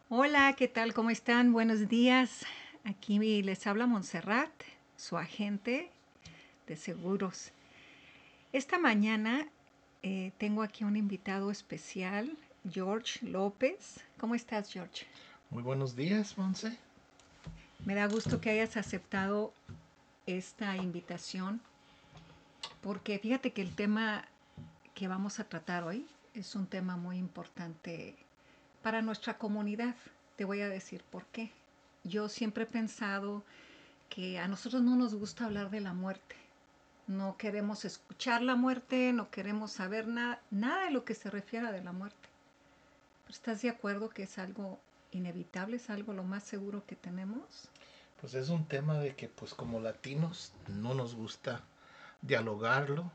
Hola, ¿qué tal? ¿Cómo están? Buenos días. Aquí les habla Montserrat, su agente de seguros. Esta mañana tengo aquí un invitado especial, George López. ¿Cómo estás, George? Muy buenos días, Monse. Me da gusto que hayas aceptado esta invitación porque fíjate que el tema que vamos a tratar hoy es un tema muy importante para nuestra comunidad. Te voy a decir por qué. Yo siempre he pensado que a nosotros no nos gusta hablar de la muerte. No queremos escuchar la muerte, no queremos saber nada de lo que se refiera de la muerte. ¿Pero estás de acuerdo que es algo inevitable, es algo lo más seguro que tenemos? Pues es un tema de que pues como latinos no nos gusta dialogarlo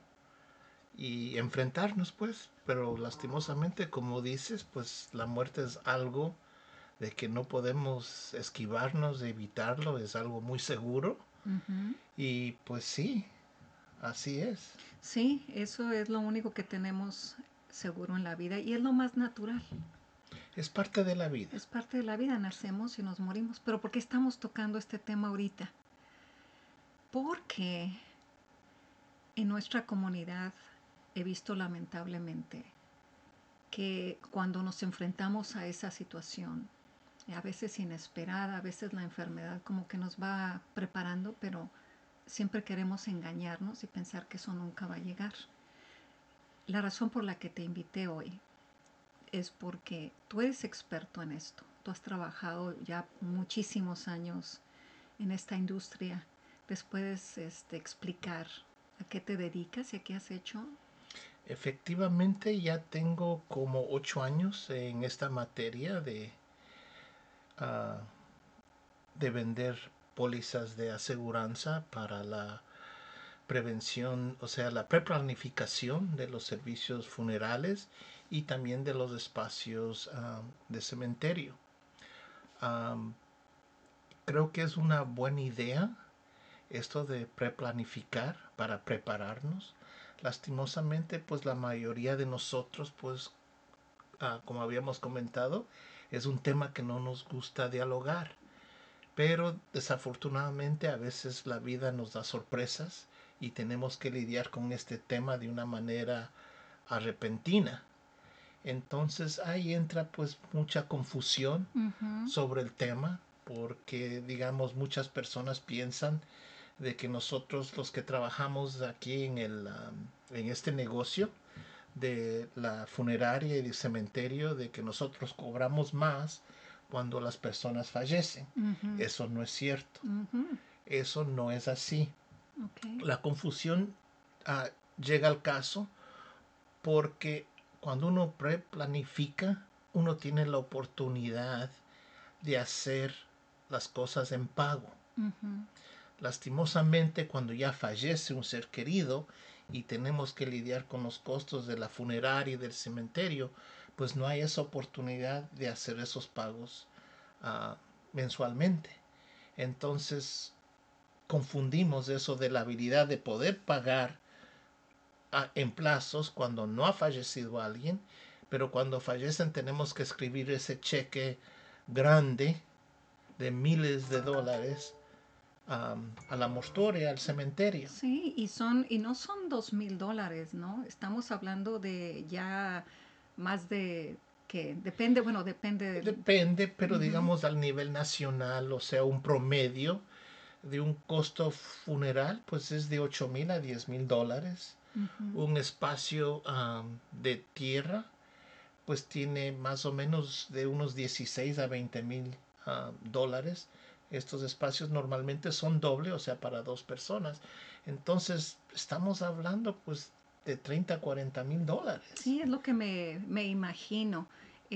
y enfrentarnos pues, pero lastimosamente como dices, pues la muerte es algo de que no podemos esquivarnos, de evitarlo, es algo muy seguro Ujú. y pues sí, así es. Sí, eso es lo único que tenemos seguro en la vida y es lo más natural. Es parte de la vida. Es parte de la vida, nacemos y nos morimos. Pero ¿por qué estamos tocando este tema ahorita? Porque en nuestra comunidad he visto lamentablemente que cuando nos enfrentamos a esa situación, a veces inesperada, a veces la enfermedad como que nos va preparando, pero siempre queremos engañarnos y pensar que eso nunca va a llegar. La razón por la que te invité hoy es porque tú eres experto en esto. Tú has trabajado ya muchísimos años en esta industria. ¿Les puedes explicar a qué te dedicas y a qué has hecho? Efectivamente ya tengo como 8 años en esta materia ah, de vender pólizas de aseguranza para la prevención, o sea, la preplanificación de los servicios funerales y también de los espacios de cementerio. Um, Creo que es una buena idea esto de preplanificar para prepararnos. Lastimosamente, pues la mayoría de nosotros, pues, como habíamos comentado, es un tema que no nos gusta dialogar. Pero desafortunadamente a veces la vida nos da sorpresas y tenemos que lidiar con este tema de una manera repentina. Entonces ahí entra pues mucha confusión Ujú. sobre el tema porque digamos muchas personas piensan de que nosotros los que trabajamos aquí en este negocio de la funeraria y del cementerio de que nosotros cobramos más cuando las personas fallecen. Ujú. Eso no es cierto. Ujú. Eso no es así. Ok. La confusión ah, llega al caso porque cuando uno preplanifica, uno tiene la oportunidad de hacer las cosas en pago. Ujú. Lastimosamente, cuando ya fallece un ser querido y tenemos que lidiar con los costos de la funeraria y del cementerio, pues no hay esa oportunidad de hacer esos pagos uh, mensualmente. Entonces, confundimos eso de la habilidad de poder pagar en plazos cuando no ha fallecido alguien, pero cuando fallecen tenemos que escribir ese cheque grande de miles de dólares a la mortuoria, al cementerio. Sí, y no son $2,000, ¿no? Estamos hablando de ya más de que depende, bueno, depende del. Depende, pero Ujú. digamos al nivel nacional, o sea, un promedio de un costo funeral, pues es de 8,000 a 10,000 dólares. Ujú. Un espacio de tierra, pues tiene más o menos de unos 16 a 20,000 dólares. Estos espacios normalmente son doble, o sea, para dos personas. Entonces, estamos hablando pues de 30 a 40,000 dólares. Sí, es lo que me imagino.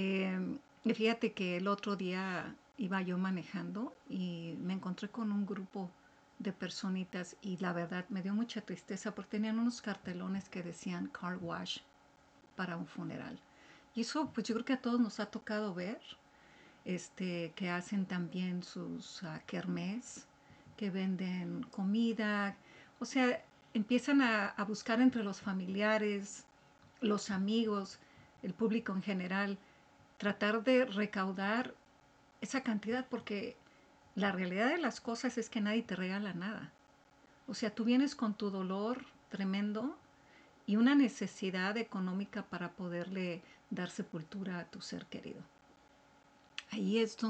Y fíjate que el otro día iba yo manejando y me encontré con un grupo de personitas y la verdad me dio mucha tristeza porque tenían unos cartelones que decían car wash para un funeral. Y eso pues yo creo que a todos nos ha tocado ver, que hacen también sus kermés, que venden comida, o sea, empiezan a buscar entre los familiares, los amigos, el público en general, tratar de recaudar esa cantidad, porque la realidad de las cosas es que nadie te regala nada. O sea, tú vienes con tu dolor tremendo y una necesidad económica para poderle dar sepultura a tu ser querido. Ahí es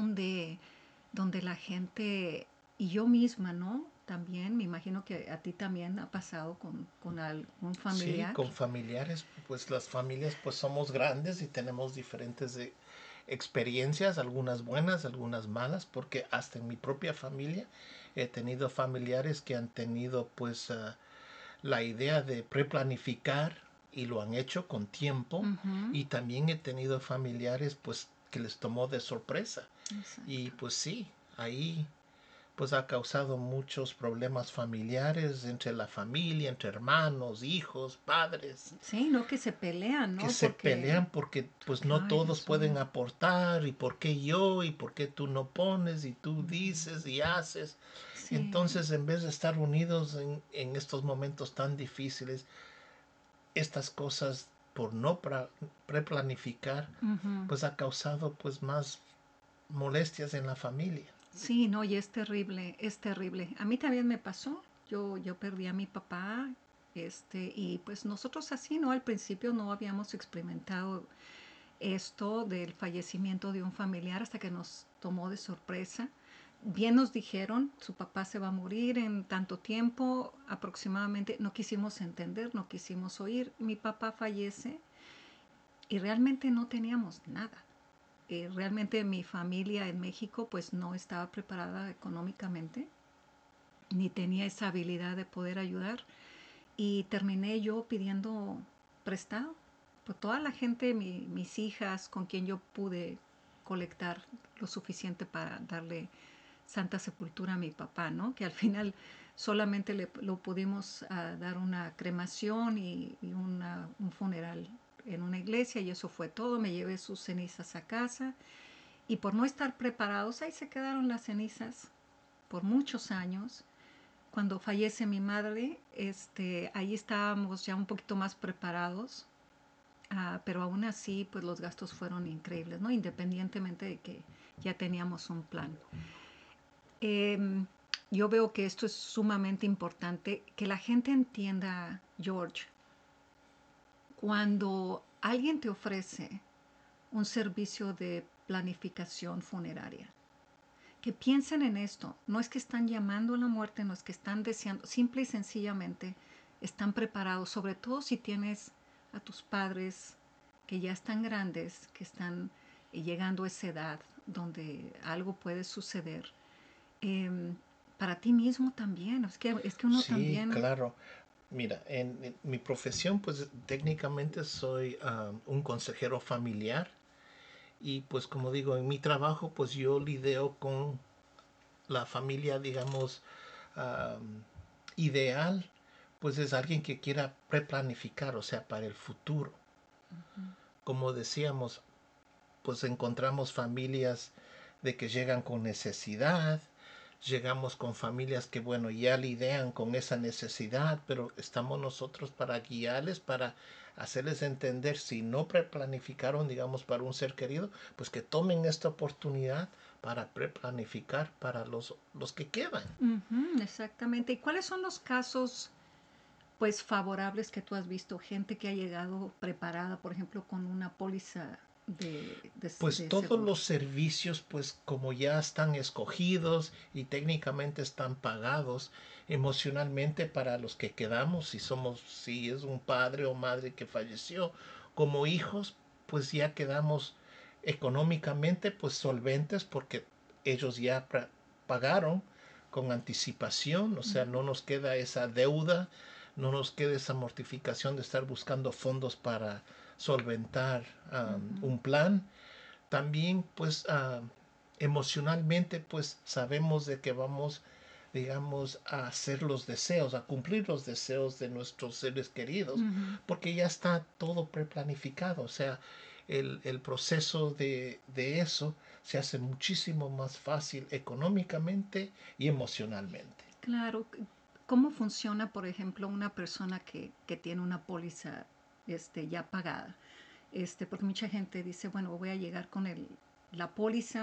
donde la gente, y yo misma, ¿no? También, me imagino que a ti también ha pasado con algún Sí, familiar. con familiares, pues las familias pues somos grandes y tenemos diferentes experiencias, algunas buenas, algunas malas, porque hasta en mi propia familia he tenido familiares que han tenido pues la idea de preplanificar y lo han hecho con tiempo, Ujú, y también he tenido familiares pues que les tomó de sorpresa, y exacto. pues sí, ahí pues ha causado muchos problemas familiares entre la familia, entre hermanos, hijos, padres, Sí, no que se pelean, que ¿no? se Porque, pelean porque pues no ay, todos Dios pueden mío. aportar, y por qué yo, y por qué tú no pones, y tú dices y haces. Sí. Entonces, en vez de estar unidos en estos momentos tan difíciles, estas cosas por no preplanificar, Ujú. pues ha causado pues más molestias en la familia. Sí, no, y es terrible, es terrible. A mí también me pasó. Yo perdí a mi papá, y pues nosotros así, ¿no? Al principio no habíamos experimentado esto del fallecimiento de un familiar hasta que nos tomó de sorpresa. Bien nos dijeron, su papá se va a morir en tanto tiempo, aproximadamente, no quisimos entender, no quisimos oír. Mi papá fallece y realmente no teníamos nada. Realmente mi familia en México pues no estaba preparada económicamente, ni tenía esa habilidad de poder ayudar y terminé yo pidiendo prestado. Pues toda la gente, mis hijas, con quien yo pude colectar lo suficiente para darle santa sepultura a mi papá, ¿no? Que al final solamente lo pudimos dar una cremación y un funeral en una iglesia y eso fue todo. Me llevé sus cenizas a casa y por no estar preparados, ahí se quedaron las cenizas por muchos años. Cuando fallece mi madre, ahí estábamos ya un poquito más preparados, pero aún así, pues los gastos fueron increíbles, ¿no? Independientemente de que ya teníamos un plan. Eh, yo veo que esto es sumamente importante, que la gente entienda, George, cuando alguien te ofrece un servicio de planificación funeraria, que piensen en esto. No es que están llamando a la muerte, no es que están deseando, simple y sencillamente están preparados, sobre todo si tienes a tus padres que ya están grandes, que están llegando a esa edad donde algo puede suceder. Eh, para ti mismo también, es que uno Sí, también. claro. Mira, en mi profesión, pues técnicamente soy un consejero familiar, y pues como digo, en mi trabajo, pues yo lidio con la familia, digamos, um, ideal, pues es alguien que quiera preplanificar, o sea, para el futuro. Como decíamos, pues encontramos familias de que llegan con necesidad, llegamos con familias que, bueno, ya lidian con esa necesidad, pero estamos nosotros para guiarles, para hacerles entender, si no preplanificaron, digamos, para un ser querido, pues que tomen esta oportunidad para preplanificar para los que quedan. Ujú, exactamente. ¿Y cuáles son los casos pues favorables que tú has visto? Gente que ha llegado preparada, por ejemplo, con una póliza Pues de todos seguro. los servicios, pues como ya están escogidos y técnicamente están pagados emocionalmente para los que quedamos, si es un padre o madre que falleció, como hijos, pues ya quedamos económicamente pues solventes, porque ellos ya pagaron con anticipación, o sea, no nos queda esa deuda, no nos queda esa mortificación de estar buscando fondos para solventar un plan. También pues emocionalmente pues sabemos de que vamos, digamos, a hacer los deseos, a cumplir los deseos de nuestros seres queridos, Ujú. porque ya está todo preplanificado. O sea, el proceso de eso se hace muchísimo más fácil económicamente y emocionalmente. Claro. ¿Cómo funciona, por ejemplo, una persona que tiene una póliza ya pagada? Porque mucha gente dice, bueno, voy a llegar con la póliza.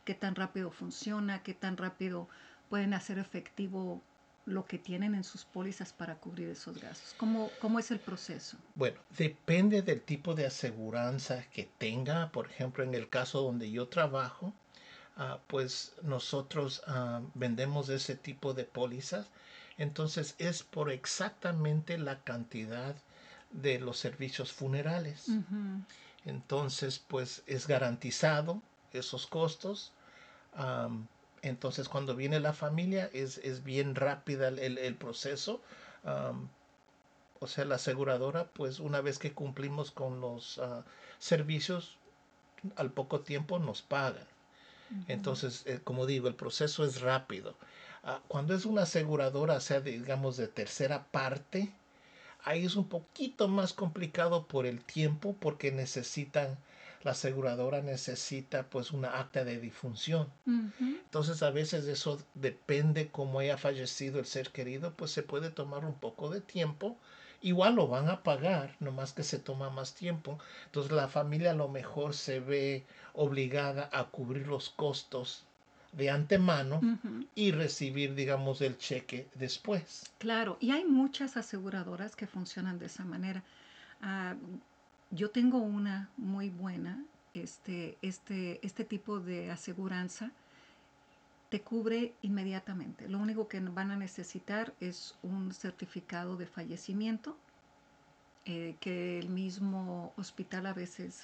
qué tan rápido funciona, qué tan rápido pueden hacer efectivo lo que tienen en sus pólizas para cubrir esos gastos. ¿Cómo es el proceso? Bueno, depende del tipo de aseguranza que tenga. Por ejemplo, en el caso donde yo trabajo, pues nosotros vendemos ese tipo de pólizas. Entonces es por exactamente la cantidad de los servicios funerales. Ujú. Entonces, pues es garantizado esos costos. Um, entonces, cuando viene la familia, es bien rápida el proceso. Um, o sea, la aseguradora, pues una vez que cumplimos con los servicios, al poco tiempo nos pagan. Ujú. Entonces, como digo, el proceso es rápido. Cuando es una aseguradora, sea, digamos, de tercera parte, ahí es un poquito más complicado por el tiempo, porque la aseguradora necesita pues una acta de difunción. Ujú. Entonces a veces eso depende cómo haya fallecido el ser querido, pues se puede tomar un poco de tiempo. Igual lo van a pagar, nomás que se toma más tiempo. Entonces la familia a lo mejor se ve obligada a cubrir los costos de antemano Ujú. y recibir, digamos, el cheque después. Claro, y hay muchas aseguradoras que funcionan de esa manera. Ah, yo tengo una muy buena, este tipo de aseguranza te cubre inmediatamente. Lo único que van a necesitar es un certificado de fallecimiento, que el mismo hospital a veces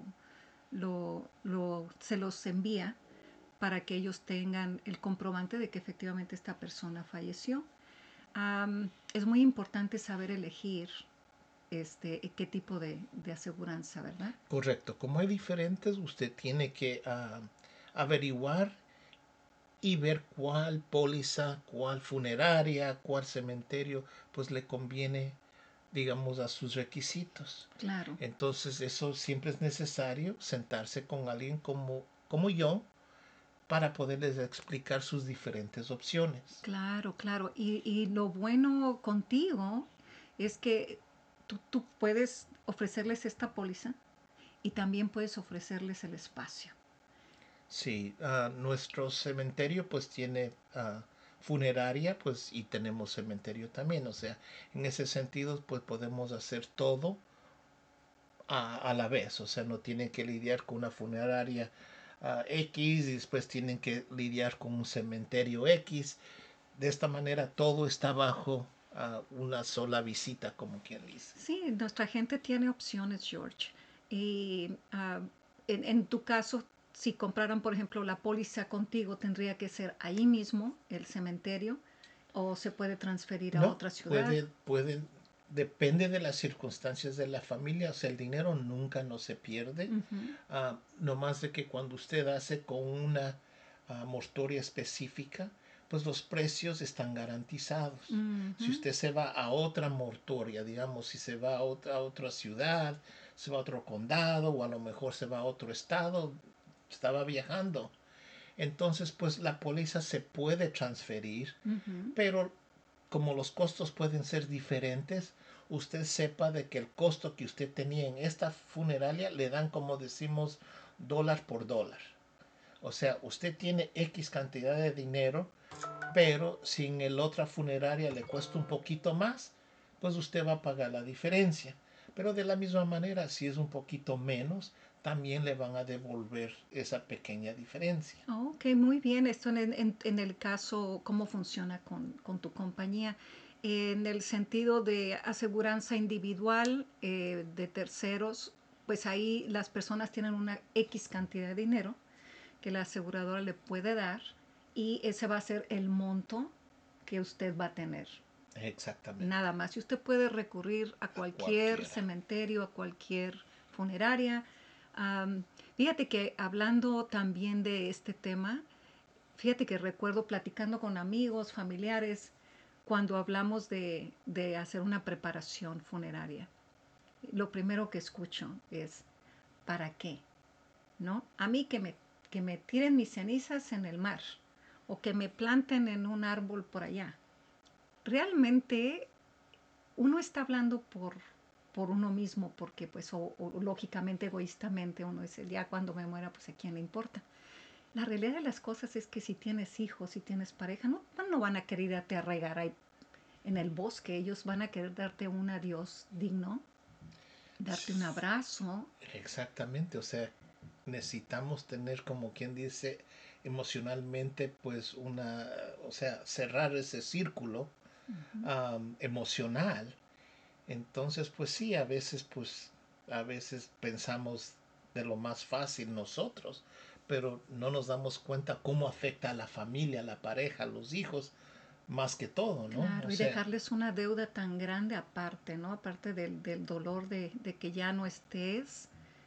se los envía para que ellos tengan el comprobante de que efectivamente esta persona falleció. Es muy importante saber elegir qué tipo de aseguranza, ¿verdad? Correcto. Como hay diferentes, usted tiene que averiguar y ver cuál póliza, cuál funeraria, cuál cementerio, pues le conviene, digamos, a sus requisitos. Claro, Entonces, eso siempre es necesario sentarse con alguien como yo para poderles explicar sus diferentes opciones. claro, claro. Y lo bueno contigo es que tú puedes ofrecerles esta póliza y también puedes ofrecerles el espacio. Sí, nuestro cementerio pues tiene funeraria, pues y tenemos cementerio también. O sea, en ese sentido pues podemos hacer todo a la vez. O sea, no tienen que lidiar con una funeraria X y después tienen que lidiar con un cementerio X. De esta manera todo está bajo una sola visita, como quien dice. Sí, nuestra gente tiene opciones, George. Y en tu caso, si compraran, por ejemplo, la póliza contigo, tendría que ser ahí mismo, el cementerio, o se puede transferir a No, otra ciudad. depende de las circunstancias de la familia, o sea, el dinero nunca no se pierde, Ujú. no más de que cuando usted hace con una mortoria específica, pues los precios están garantizados. Si Ujú. usted se va a otra mortoria, digamos, si se va a otra ciudad, se va a otro condado o a lo mejor se va a otro estado, estaba viajando. Entonces, pues la póliza se puede transferir, Ujú. pero como los costos pueden ser diferentes, usted sepa de que el costo que usted tenía en esta funeraria le dan, como decimos, dólar por dólar. O sea, usted tiene X cantidad de dinero, pero si en el otra funeraria le cuesta un poquito más, pues usted va a pagar la diferencia. Pero de la misma manera, si es un poquito menos, también le van a devolver esa pequeña diferencia. Ok, muy bien. Esto en el caso, ¿cómo funciona con tu compañía? En el sentido de aseguranza individual de terceros, pues ahí las personas tienen una X cantidad de dinero que la aseguradora le puede dar y ese va a ser el monto que usted va a tener. Exactamente. Nada más. Y usted puede recurrir a A cualquier cualquiera. cementerio, a cualquier funeraria. Am, Fíjate que hablando también de este tema, fíjate que recuerdo platicando con amigos, familiares, cuando hablamos de hacer una preparación funeraria. Lo primero que escucho es, ¿para qué? ¿No? A mí que me tiren mis cenizas en el mar o que me planten en un árbol por allá. Realmente uno está hablando por uno mismo, porque pues o lógicamente, egoístamente, uno dice, ya cuando me muera, pues a quién le importa. La realidad de las cosas es que si tienes hijos, si tienes pareja, no van a querer irte a regar ahí en el bosque. Ellos van a querer darte un adiós digno, darte un abrazo. Exactamente, o sea, necesitamos tener, como quien dice, emocionalmente, pues o sea, cerrar ese círculo emocional. Entonces, pues sí, a veces pensamos de lo más fácil nosotros, pero no nos damos cuenta cómo afecta a la familia, a la pareja, a los hijos, más que todo, ¿no? O Claro, y sea, dejarles una deuda tan grande aparte, ¿no? Aparte del dolor de que ya no estés,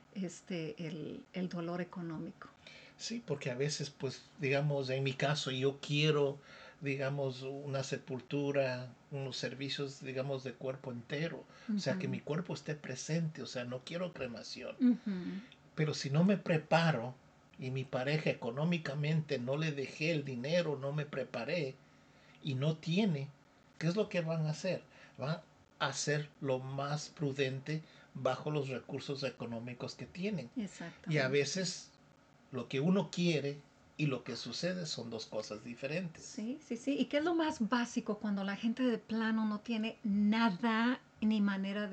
el dolor económico. sí, porque a veces, pues, digamos, en mi caso, yo quiero, digamos, una sepultura, unos servicios, digamos, de cuerpo entero. O sea, que Ujú, mi cuerpo esté presente, o sea, no quiero cremación. ujú. Pero si no me preparo y mi pareja económicamente no le dejé el dinero, no me preparé y no tiene, ¿qué es lo que van a hacer? Van a hacer lo más prudente bajo los recursos económicos que tienen. Y a Exactamente. veces lo que uno quiere y lo que sucede son dos cosas diferentes. Sí, sí, sí. ¿Y qué es lo más básico cuando la gente de plano no tiene nada ni manera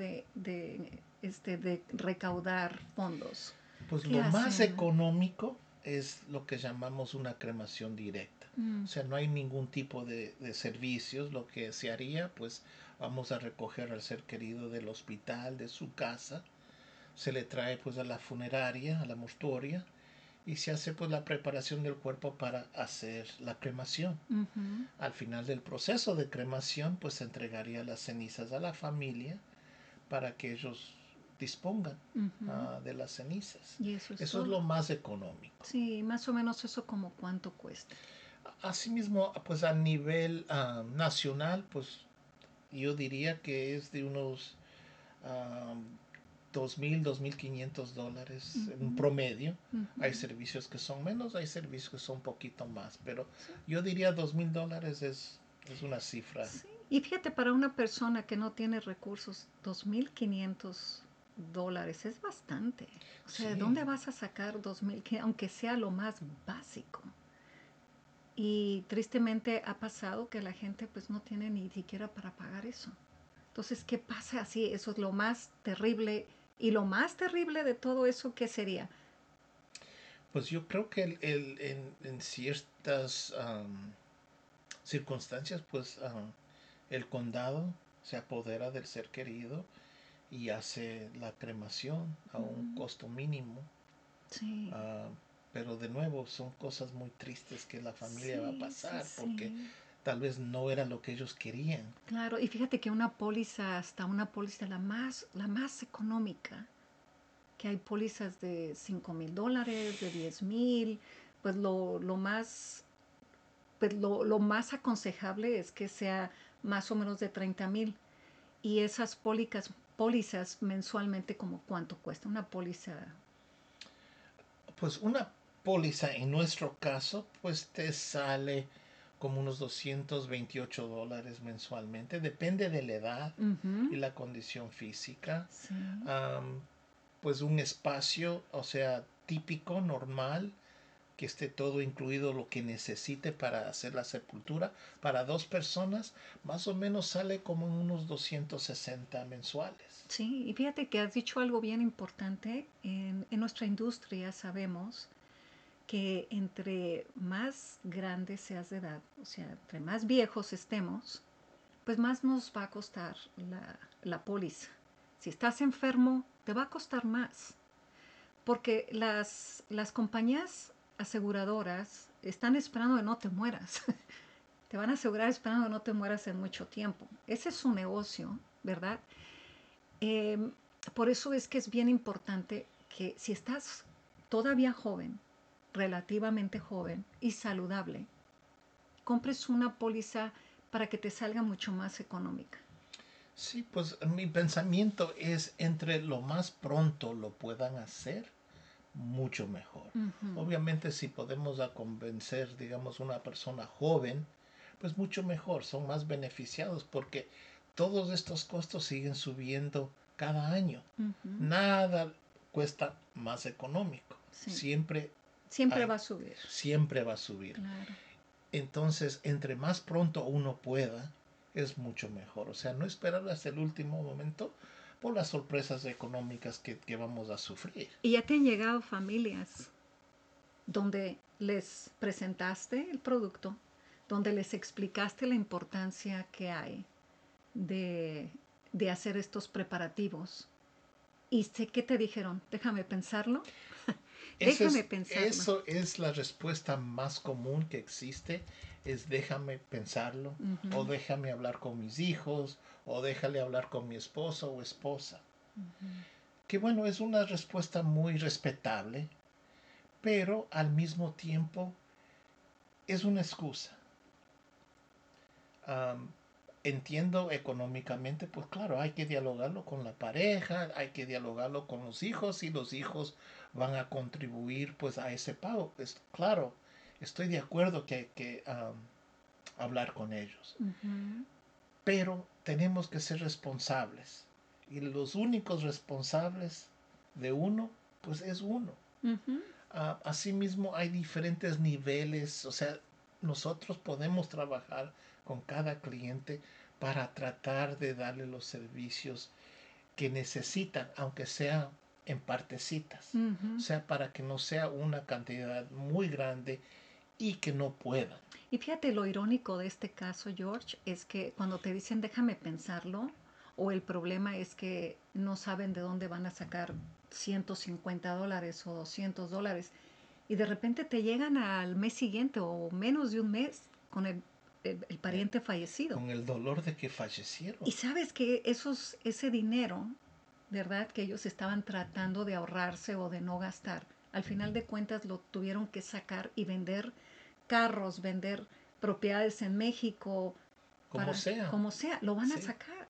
de recaudar fondos? Pues ¿Qué lo más hacen? económico es lo que llamamos una cremación directa. Mm, O sea, no hay ningún tipo de servicios. Lo que se haría, pues vamos a recoger al ser querido del hospital, de su casa. Se le trae pues a la funeraria, a la mortuoria, y se hace pues la preparación del cuerpo para hacer la cremación. ujú, Al final del proceso de cremación, pues se entregaría las cenizas a la familia para que ellos dispongan ujú. de las cenizas. Y eso es Eso es todo. lo más económico. Sí, más o menos eso como cuánto cuesta. Asimismo, pues a nivel nacional, pues yo diría que es de unos um, 2.000, $2.500 en un Ujú, promedio. ujú. Hay servicios que son menos, hay servicios que son un poquito más, pero Sí, yo diría $2.000 es una cifra. sí. Y fíjate, para una persona que no tiene recursos, $2.500 es bastante. O sea, ¿de Sí, dónde vas a sacar 2.000, aunque sea lo más básico? Y tristemente ha pasado que la gente pues no tiene ni siquiera para pagar eso. Entonces, ¿qué pasa así? Eso es lo más terrible. Y lo más terrible de todo eso, ¿qué sería? pues yo creo que en ciertas circunstancias, pues el condado se apodera del ser querido y hace la cremación a un Mm, costo mínimo. sí, ah, pero de nuevo son cosas muy tristes que la familia va a sí, sí, pasar porque sí. tal vez no era lo que ellos querían. Claro, y fíjate que una póliza, hasta una póliza la más económica, que hay pólizas de $5.000, de 10.000, pues lo más aconsejable es que sea más o menos de 30.000. Y esas pólizas mensualmente, como cuánto cuesta una póliza. Pues una póliza en nuestro caso, pues te sale como unos $228 mensualmente. Depende de la edad y Ujú, la condición física. sí. Am, pues un espacio, o sea, típico, normal, que esté todo incluido lo que necesite para hacer la sepultura. Para dos personas, más o menos sale como en unos 260 mensuales. Sí, y fíjate que has dicho algo bien importante. En nuestra industria sabemos que entre más grandes seas de edad, o sea, entre más viejos estemos, pues más nos va a costar la póliza. Si estás enfermo, te va a costar más, porque las compañías aseguradoras están esperando que no te mueras. Te van a asegurar esperando que no te mueras en mucho tiempo. Ese es su negocio, ¿verdad? Eh, por eso es que es bien importante que si estás todavía joven, relativamente joven y saludable, compres una póliza para que te salga mucho más económica. Sí, pues mi pensamiento es entre lo más pronto lo puedan hacer, mucho mejor. Ujú. Obviamente si podemos a convencer, digamos, una persona joven, pues mucho mejor, son más beneficiados porque todos estos costos siguen subiendo cada año. Ujú. Nada cuesta más económico, Sí, siempre Siempre va a subir. Siempre va a subir. Claro. Entonces, entre más pronto uno pueda, es mucho mejor. O sea, no esperar hasta el último momento por las sorpresas económicas que vamos a sufrir. ¿Y ya te han llegado familias donde les presentaste el producto, donde les explicaste la importancia que hay de, de hacer estos preparativos? Y sé que te dijeron, déjame pensarlo, déjame pensarlo. Eso es la respuesta más común que existe, es déjame pensarlo, o déjame hablar con mis hijos, o déjale hablar con mi esposo o esposa. Que bueno, es una respuesta muy respetable, pero al mismo tiempo es una excusa. Um, Entiendo económicamente, pues claro, hay que dialogarlo con la pareja, hay que dialogarlo con los hijos y los hijos van a contribuir pues a ese pago. Es claro, estoy de acuerdo que hay que hablar con ellos, pero tenemos que ser responsables y los únicos responsables de uno pues es uno. Asimismo hay diferentes niveles, o sea, nosotros podemos trabajar con cada cliente para tratar de darle los servicios que necesitan, aunque sea en partecitas, o sea, para que no sea una cantidad muy grande y que no puedan. Y fíjate, lo irónico de este caso, George, es que cuando te dicen déjame pensarlo, o el problema es que no saben de dónde van a sacar $150 o $200, y de repente te llegan al mes siguiente o menos de un mes con el Eh, pariente fallecido. con el dolor de que fallecieron. Y sabes que ese dinero, ¿verdad? Que ellos estaban tratando de ahorrarse o de no gastar, al final de cuentas lo tuvieron que sacar y vender carros, vender propiedades en México, Como sea. como sea, lo van a Sí. sacar.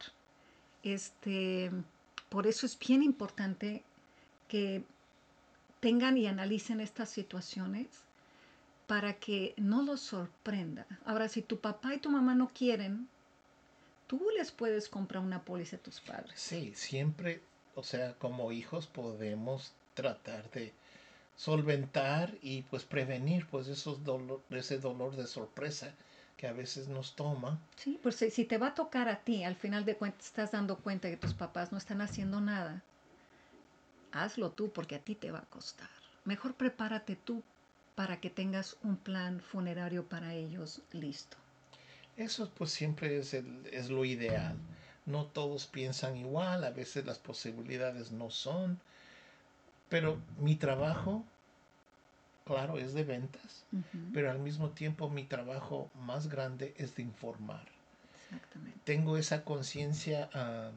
Este, por eso es bien importante que tengan y analicen estas situaciones para que no los sorprenda. Ahora, si tu papá y tu mamá no quieren, tú les puedes comprar una póliza a tus padres. Sí, siempre, o sea, como hijos podemos tratar de solventar y pues prevenir pues ese dolor de sorpresa que a veces nos toma. Sí, pues si te va a tocar a ti, al final de cuentas estás dando cuenta que tus papás no están haciendo nada, hazlo tú porque a ti te va a costar. Mejor prepárate tú para que tengas un plan funerario para ellos listo. Eso pues siempre es lo ideal. No todos piensan igual, a veces las posibilidades no son, pero mi trabajo, claro, es de ventas, pero al mismo tiempo mi trabajo más grande es de informar. Exactamente. Tengo esa conciencia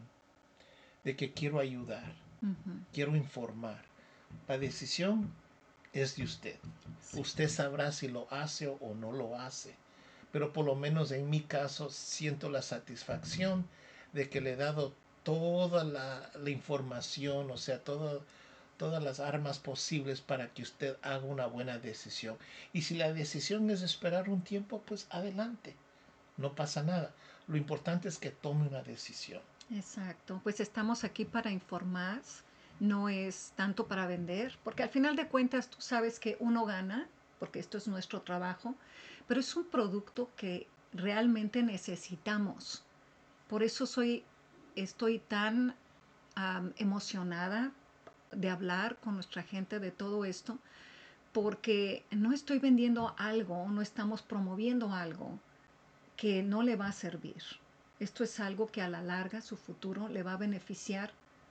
de que quiero ayudar, quiero informar. La decisión es de usted. Sí. Usted sabrá si lo hace o no lo hace. Pero por lo menos en mi caso siento la satisfacción de que le he dado toda la información, o sea, todas las armas posibles para que usted haga una buena decisión. Y si la decisión es esperar un tiempo, pues adelante, no pasa nada. Lo importante es que tome una decisión. Exacto, pues estamos aquí para informar, no es tanto para vender, porque al final de cuentas tú sabes que uno gana, porque esto es nuestro trabajo, pero es un producto que realmente necesitamos. Por eso estoy tan emocionada de hablar con nuestra gente de todo esto, porque no estoy vendiendo algo, no estamos promoviendo algo que no le va a servir. Esto es algo que a la larga, su futuro, le va a beneficiar.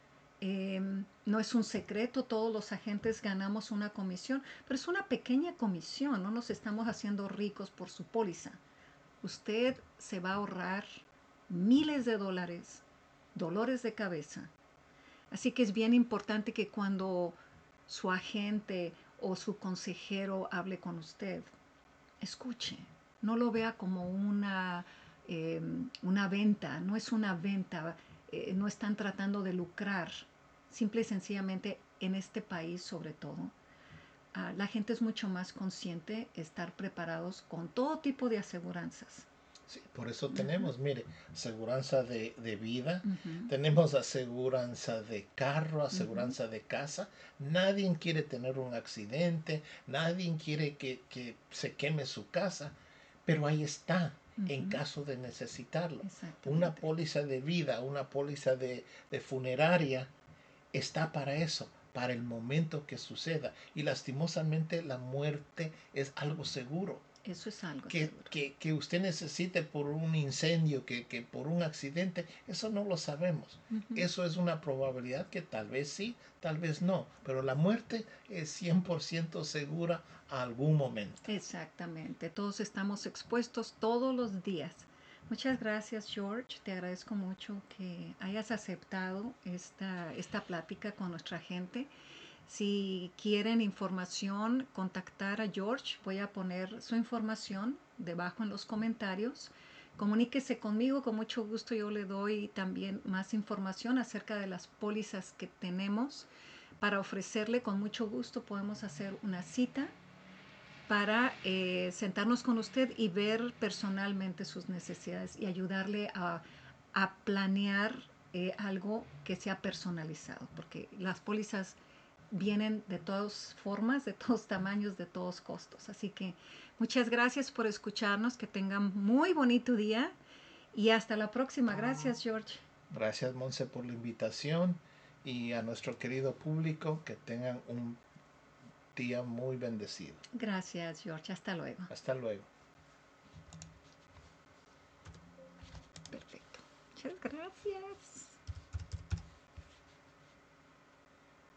No es un secreto, todos los agentes ganamos una comisión, pero es una pequeña comisión, no nos estamos haciendo ricos por su póliza. Usted se va a ahorrar miles de dólares, dolores de cabeza. Así que es bien importante que cuando su agente o su consejero hable con usted, escuche, no lo vea como una venta, no es una venta, no están tratando de lucrar, simple y sencillamente en este país sobre todo. La gente es mucho más consciente de estar preparados con todo tipo de aseguranzas. Sí, por eso tenemos, mire, aseguranza de vida, Ujú, tenemos aseguranza de carro, ujú. aseguranza de casa. Nadie quiere tener un accidente, nadie quiere que se queme su casa, pero ahí está, en Ujú, caso de necesitarlo. Una exactamente. póliza de vida, una póliza de funeraria está para eso, para el momento que suceda. Y lastimosamente la muerte es algo seguro. Eso es algo Que, seguro. que usted necesite por un incendio, que por un accidente, eso no lo sabemos. Ujú, Eso es una probabilidad que tal vez sí, tal vez no, pero la muerte es 100% segura a algún momento. exactamente. Todos estamos expuestos todos los días. Muchas gracias, George. Te agradezco mucho que hayas aceptado esta plática con nuestra gente. Si quieren información, contactar a George. Voy a poner su información debajo en los comentarios. Comuníquese conmigo, con mucho gusto yo le doy también más información acerca de las pólizas que tenemos para ofrecerle. Con mucho gusto podemos hacer una cita para sentarnos con usted y ver personalmente sus necesidades y ayudarle a planear algo que sea personalizado, porque las pólizas vienen de todas formas, de todos tamaños, de todos costos. Así que muchas gracias por escucharnos, que tengan muy bonito día y hasta la próxima. Gracias, George. Gracias, Monse, por la invitación y a nuestro querido público que tengan un día muy bendecido. Gracias, George. Hasta luego. Hasta luego. Perfecto. Muchas gracias.